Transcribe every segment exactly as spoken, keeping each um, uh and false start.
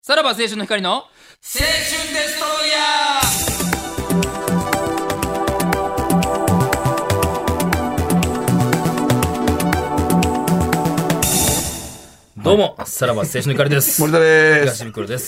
さらば青春の光の青春デストロイヤー。どうもさらば青春の光です。 森田です。 東袋です、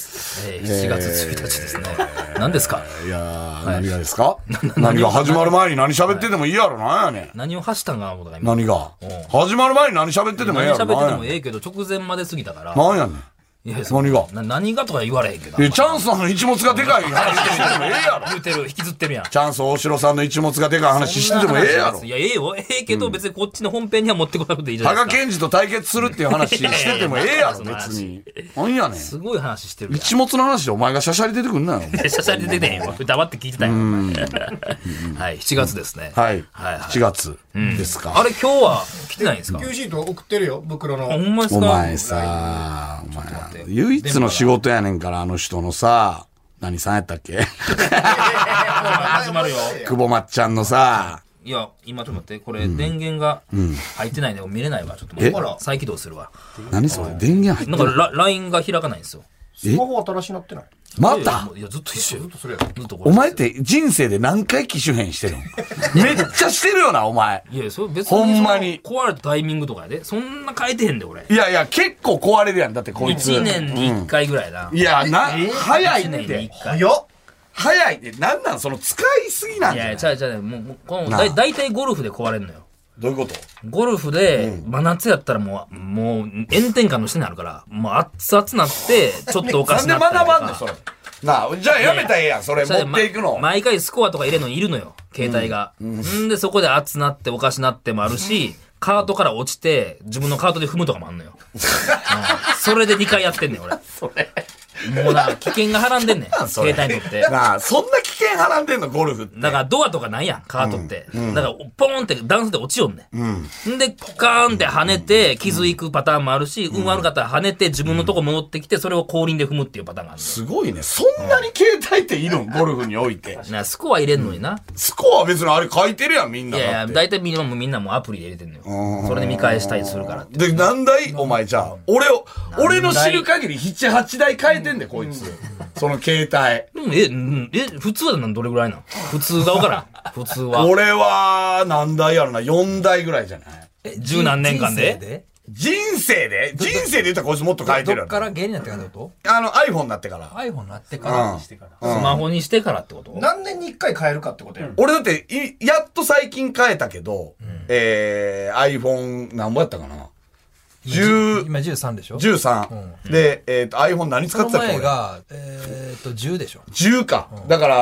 えー、しちがつついたちですね、えー、何ですか。 いやー、何がですか何が始まる前に何喋っててもいいやろ。なんやねん。 何を発したんかな思った今。 何が始まる前に何喋っててもいいやろ。 何喋っててもええけど直前まで過ぎたからなんやねん。 いや何がな何がとか言われへんけど。 いやチャンスの一物がでかい話しててもええやろ。 言うてる引きずってるやん。 チャンス大城さんの一物がでかい話しててもええやろ。 いやええよええけど、うん、別にこっちの本編には持ってこなくていいじゃないですか。 羽賀健二と対決するっていう話しててもええやろ別に。何やねん。 すごい話してるやん。 一物の話でお前がシャシャリ出てくんなよ。 シャシャリ出てへんよ。黙って聞いてたよ。はい、しちがつですね。 はい。しちがつですか。 あれ今日は来てないんですか。 キュー シート送ってるよ袋の。 ほんまですか。 お前さ、お前唯一の仕事やねんからあの人のさ、何さんやったっけ。 始まるよ。 久保まっちゃんのさ。 いや今ちょっと待ってこれ電源が入ってないんで見れないわ。ちょっともう再起動するわ。 何それ電源入ってない。 なんか ライン が開かないんですよ。 スマホ新しいなってない。 またいやずっと一緒よ。ずっとそれや。ずっとお前って人生で何回機種変してるの。めっちゃしてるよなお前。 いやそれ別にほんまに壊れたタイミングとかやでそんな変えてへんで俺。 いやいや結構壊れるやんだってこいつ。 いちねんにいっかいぐらいな。 いやな早いって。 早っ。 早いってなんなんその使いすぎなんじゃない。 いやちゃうちゃうもうもうこのだだいたいゴルフで壊れるのよ。 どういうこと。 ゴルフで真夏やったらもうもう炎天下の下にあるからもう熱々なってちょっとおかしなったりとか。 なんで学ばんのそれ。なあじゃあやめたらええやんそれ持っていくの。 毎回スコアとか入れるのいるのよ携帯が。うん、んでそこで熱なっておかしなってもあるし。カートから落ちて自分のカートで踏むとかもあんのよ。うん、それでにかいやってんねん俺。それもうな危険がはらんでんねん携帯にとって。 なあそんな危険はらんでんのゴルフって。 だからドアとかないやんカートって、うんうん、だからポーンって段差で落ちよんねん、うん、でポカーンって跳ねて傷いくパターンもあるし、うん、運悪かったら跳ねて自分のとこ戻ってきてそれを後輪で踏むっていうパターンがある。 すごいね。そんなに携帯っているんゴルフにおいて。 なスコア入れんのにな、うん、 スコア別にあれ書いてるやんみんな。 いやいや大体みんなもみんなもアプリで入れてんのよ。それで見返したりするからって。 で何台お前じゃあ俺を俺の知る限りななはちだい変えてんでこいつ。その携帯。 え、え、普通はどれぐらいなん普通がわからん。普通は。 俺は、何台やろな、よんだいぐらいじゃない。 え、十何年間で人生で人生で言ったらこいつもっと変えてるやろ。 どっから芸人になってからってこと。あの iPhone になってから。 iPhone になってからにしてから。 スマホにしてからってこと。 何年にいっかい変えるかってことや。 俺だって、やっと最近変えたけど、えー、iPhone 何ぼやったかな。じゅう今じゅうさんでしょ ?じじゅうさん。で、えっと、iPhone 何使ってたっけ。 この前が、えっと、じゅうでしょ ? じゅう か。だから、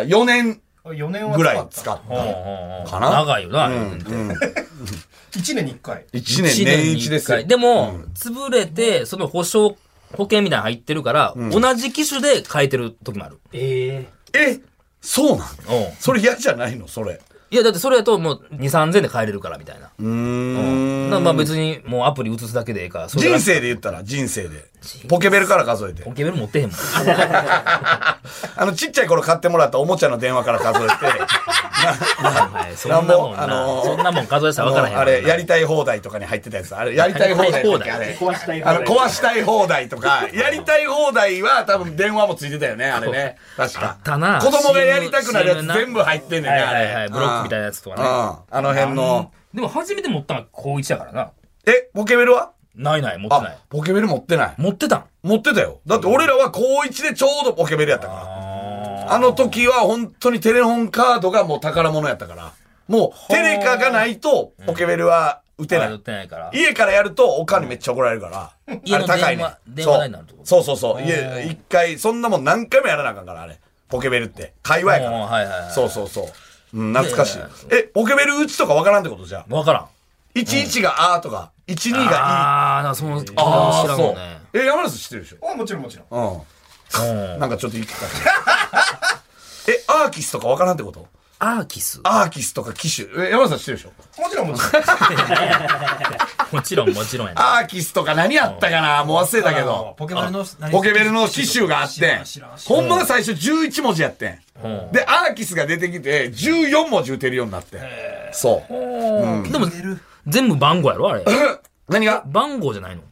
よねんぐらい使った。かな長いよな、 いちねんにいっかい。 いちねん年いちですよ。 でも、潰れて、その保証、保険みたいなの入ってるから、同じ機種で変えてる時もある。 ええ。え、そうなの。それ嫌じゃないのそれ。 いや、だってそれやともうに、さんぜんで買えれるからみたいな。うーん。まあ別にもうアプリ移すだけでいいから。 人生で言ったら人生で。ポケベルから数えて。 ポケベル持ってへんもん。 あの、ちっちゃい頃買ってもらったおもちゃの電話から数えて。 はい、そんなもん、あのー、そんなもん数えたら分からへん。 あれ、やりたい放題とかに入ってたやつ。あれ、やりたい放題。あれ、壊したい放題。あの、壊したい放題とか、やりたい放題は多分電話もついてたよね、あれね。確か。 あったな。 子供がやりたくなるやつ全部入ってんねんね、あれ。 はいはい、ブロックみたいなやつとかね。 あの辺の。 でも初めて持ったのは高いちやからな。 え、ポケベルはないない、持ってない。 ポケベル持ってない。 持ってたん持ってたよ。だって俺らは高いちでちょうどポケベルやったから。あの時は本当にテレホンカードがもう宝物やったから。もうテレカがないとポケベルは打てない。 打てないから。 家からやるとおかんにめっちゃ怒られるから。 家の電話、電話代になるってこと。 そうそうそう。家、一回、そんなもん何回もやらなあかんから、あれ。ポケベルって。会話やから。 はいはいはい。 そうそうそう。うん、懐かしい。え、ポケベル打ちとかわからんってことじゃわからん。 いちいちがあーとか、いちにがいい。 あー、その、知らんもんね。 え、山梨知ってるでしょ。 あ、もちろんもちろん。 うん。なんかちょっと言ってた。え、アーキスとかわからんってこと。 アーキスアーキスとか機種。え、山梨さん知ってるでしょ。 もちろんもちろん。 もちろんもちろんやな。アーキスとか何やったかな、もう忘れたけど。 ポケベルの、 ポケベルの機種があってん。ほんまは最初じゅういちもじやってん。で、アーキスが出てきて、じゅうよんもじ打てるようになって。そう。 でも、全部番号やろあれ。 何が番号じゃないの。 あ、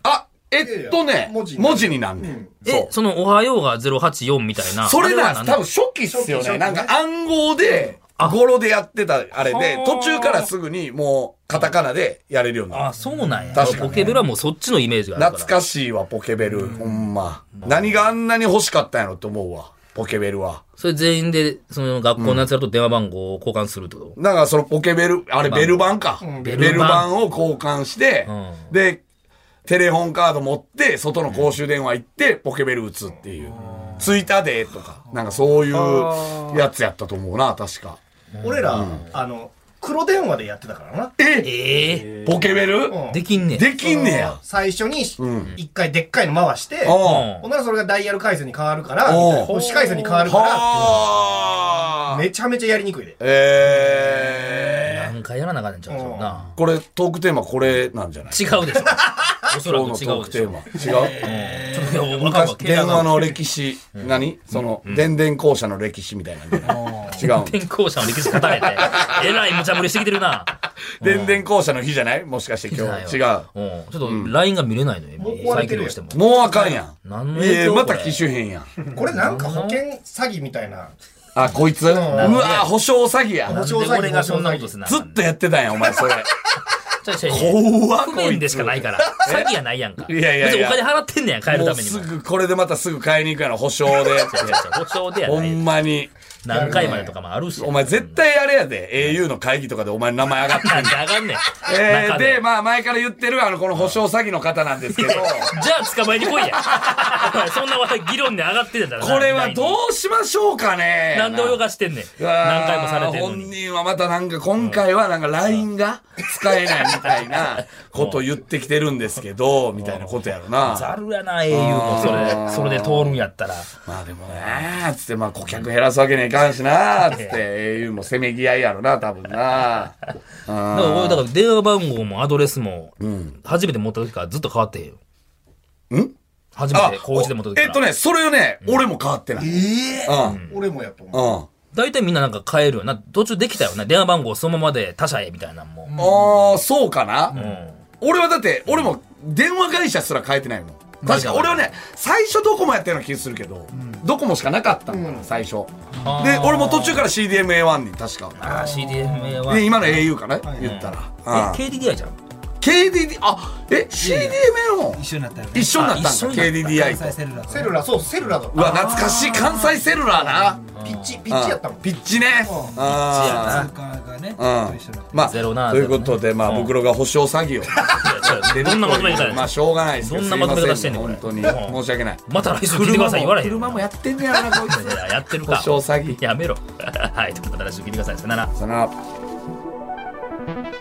えっとね、 文字文字になんねん。 え、 そう。 その、おはようがゼロはちよんみたいな。 それな、 あは何多分初期っすよね。 初期初期なんか暗号で、語呂でやってたあれでは、あ途中からすぐにもうカタカナでやれるようになる。 あ、そうなんや。 確かにポケベルはもうそっちのイメージがあるから。 懐かしいわ、ポケベル。ほんま。何があんなに欲しかったんやろって思うわ、ポケベルは。 それ全員で、その学校のやつらと電話番号を交換するってこと、 だからそのポケベル、あれベル版か。 んベル版を交換して、 うんで、テレホンカード持って、外の公衆電話行って、ポケベル打つっていう。ついたで、とか。なんかそういうやつやったと思うな、確か。 俺ら、あの、黒電話でやってたからな。 えええポケベルうんできんねん。 できんねや。 最初に一回でっかいの回して、 おうほんならそれがダイヤル回数に変わるから、 おう星回数に変わるから、 はあ。 めちゃめちゃやりにくいで。 えー。 何回やらなあかんねんちゃうそんな。 これ、トークテーマこれなんじゃない違うでしょ。おそらく今日のトークテ違うでしょ。 ーマ。違うちょっといやわかんない電話の歴史、何その、電電公社の歴史みたいなんで。違う。 転校者の歴史語れて。えらい無茶ぶりしてきてるな。 電電公社の日じゃないもしかして今日。違う。 うん。ちょっと ライン が見れないのよ、 もう今。再起壊れてるよ動しても。 もうあかんやん。 何のいやいやまた影響これ機種変やん。 これなんか保険詐欺みたいな。 あ、こいつうわ保証詐欺や。 なんで俺がそんなことすなあかんねん。 ずっとやってたんや、お前それ。 ちょいちょい怖っ不便でしかないから。詐欺やないやんか。 いやいやいや別にお金払ってんねや、帰るもうためにも。 すぐ、これでまたすぐ買いに行くやろ、保証で。 違う違う違う保証でやほない。 んまに。 何回までとかもあるし。 お前絶対あれやで、エーユー の会議とかでお前の名前上がってなんんねん。 であかんねん。 えー、 中で、まあ前から言ってるあの、この保証詐欺の方なんですけど、 じゃあ捕まえに来いや。お前そんな話議論で上がってるんだから。 これはどうしましょうかね。 なんで泳がしてんねん。 うわー何回もされてんの本に。 人はまたなんか今回はなんか ライン が使えないみたいなことを言ってきてるんですけど、みたいなことやろな。 ざるやな、エーユー もそれ、それで通るんやったら。 まあでもね、つってまあ顧客減らすわけにはいかんしな、つって エーユー もせめぎ合いやろな、多分な。 だから俺、だから電話番号もアドレスも、初めて持った時からずっと変わってへんよ。 んあ初めて、高一で持った時から。 えっとね、それをね、俺も変わってない。 ええうん。 俺もやと思う。 うん。 大体みんななんか変えるよな。途中できたよな。電話番号そのままで他社へみたいなのも。 ああ、そうかな、 うん。 俺はだって、俺も電話会社すら変えてないもん。確か俺はね、最初ドコモやったような気がするけど、ドコモしかなかったのかな、最初。 あーで、俺も途中から シーディーエムエーワン に確か。 ああ、シーディーエムエー は。 で、 え、 今の エーユー かな言ったら。うんケーディーアイ じゃん。 ケーディーディー、あ、え、シーディーエムエーも一緒になったよね。 一緒になったんだ、 あ一緒になったケーディーディーアイ と。 関西セルラーとセルラー、そう、セルラーだ。 うわ、懐かしい、関西セルラーな。 ピッチ、ピッチやったもん。 ピッチね。あ通貨がね、 あ。うん一緒になって。 まあ、 ゼロなということで、まあ、 うん僕らが保証詐欺を。 どんなまとめ方やまあ、しょうがないですけど。 どんなまとめ方してんねんすいませこれ本当に。申し訳ない。 また来週聞いてください言われへん。 車もやってんねやろな、こいつ。 いややってるか。 保証詐欺。 やめろ。はい、ということで来週聞いてください。さよなら。 さよなら。